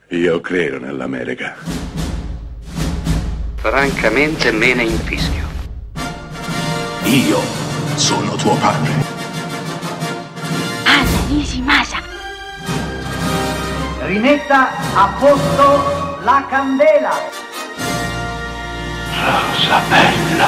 Io credo nell'America. Francamente me ne infischio. Io sono tuo padre. Anna Nishimasa. Rimetta a posto la candela. Rosa bella.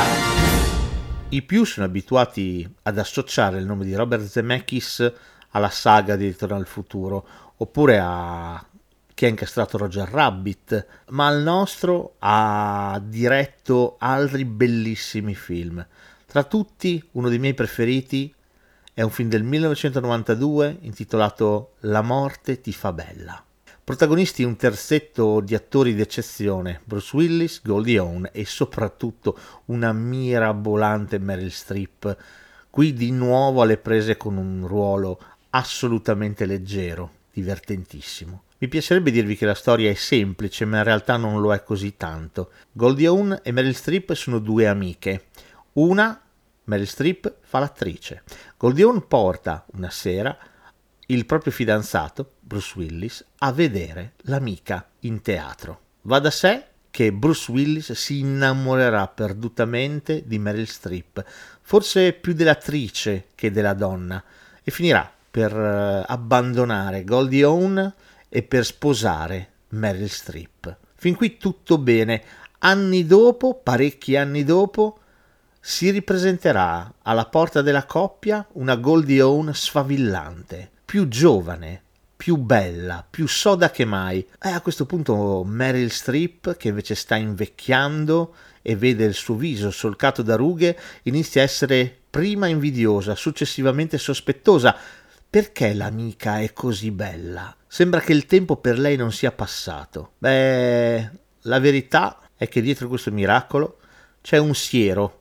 I più sono abituati ad associare il nome di Robert Zemeckis alla saga di Ritorno al futuro, oppure a chi ha incastrato Roger Rabbit, ma il nostro ha diretto altri bellissimi film. Tra tutti, uno dei miei preferiti è un film del 1992 intitolato La morte ti fa bella. Protagonisti un terzetto di attori d'eccezione, Bruce Willis, Goldie Hawn e soprattutto una mirabolante Meryl Streep, qui di nuovo alle prese con un ruolo assolutamente leggero, divertentissimo. Mi piacerebbe dirvi che la storia è semplice, ma in realtà non lo è così tanto. Goldie Hawn e Meryl Streep sono due amiche. Una, Meryl Streep, fa l'attrice. Goldie Hawn porta una sera il proprio fidanzato, Bruce Willis, a vedere l'amica in teatro. Va da sé che Bruce Willis si innamorerà perdutamente di Meryl Streep, forse più dell'attrice che della donna, e finirà per abbandonare Goldie Hawn e per sposare Meryl Streep. Fin qui tutto bene. Anni dopo, parecchi anni dopo, si ripresenterà alla porta della coppia una Goldie Hawn sfavillante, più giovane, più bella, più soda che mai. E a questo punto Meryl Streep, che invece sta invecchiando e vede il suo viso solcato da rughe, inizia a essere prima invidiosa, successivamente sospettosa. Perché l'amica è così bella? Sembra che il tempo per lei non sia passato. Beh, la verità è che dietro questo miracolo c'è un siero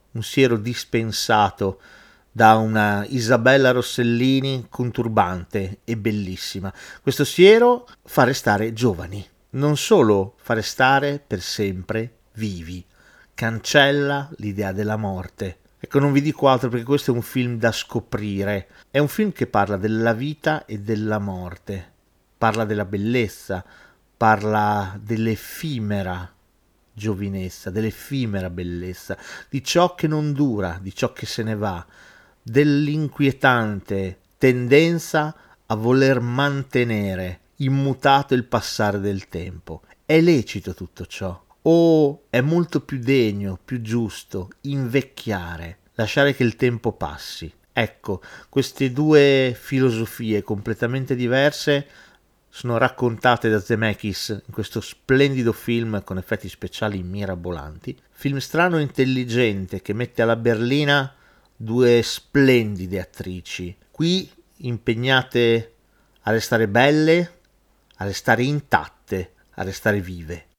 dispensato da una Isabella Rossellini con turbante e bellissima. Questo siero fa restare giovani, non solo fa restare per sempre vivi, cancella l'idea della morte. Ecco, non vi dico altro perché questo è un film da scoprire. È un film che parla della vita e della morte, parla della bellezza, parla dell'effimera giovinezza, dell'effimera bellezza, di ciò che non dura, di ciò che se ne va, dell'inquietante tendenza a voler mantenere immutato il passare del tempo. È lecito tutto ciò? O è molto più degno, più giusto invecchiare, lasciare che il tempo passi? Ecco, queste due filosofie completamente diverse sono raccontate da Zemeckis in questo splendido film con effetti speciali mirabolanti. Film strano e intelligente che mette alla berlina due splendide attrici, qui impegnate a restare belle, a restare intatte, a restare vive.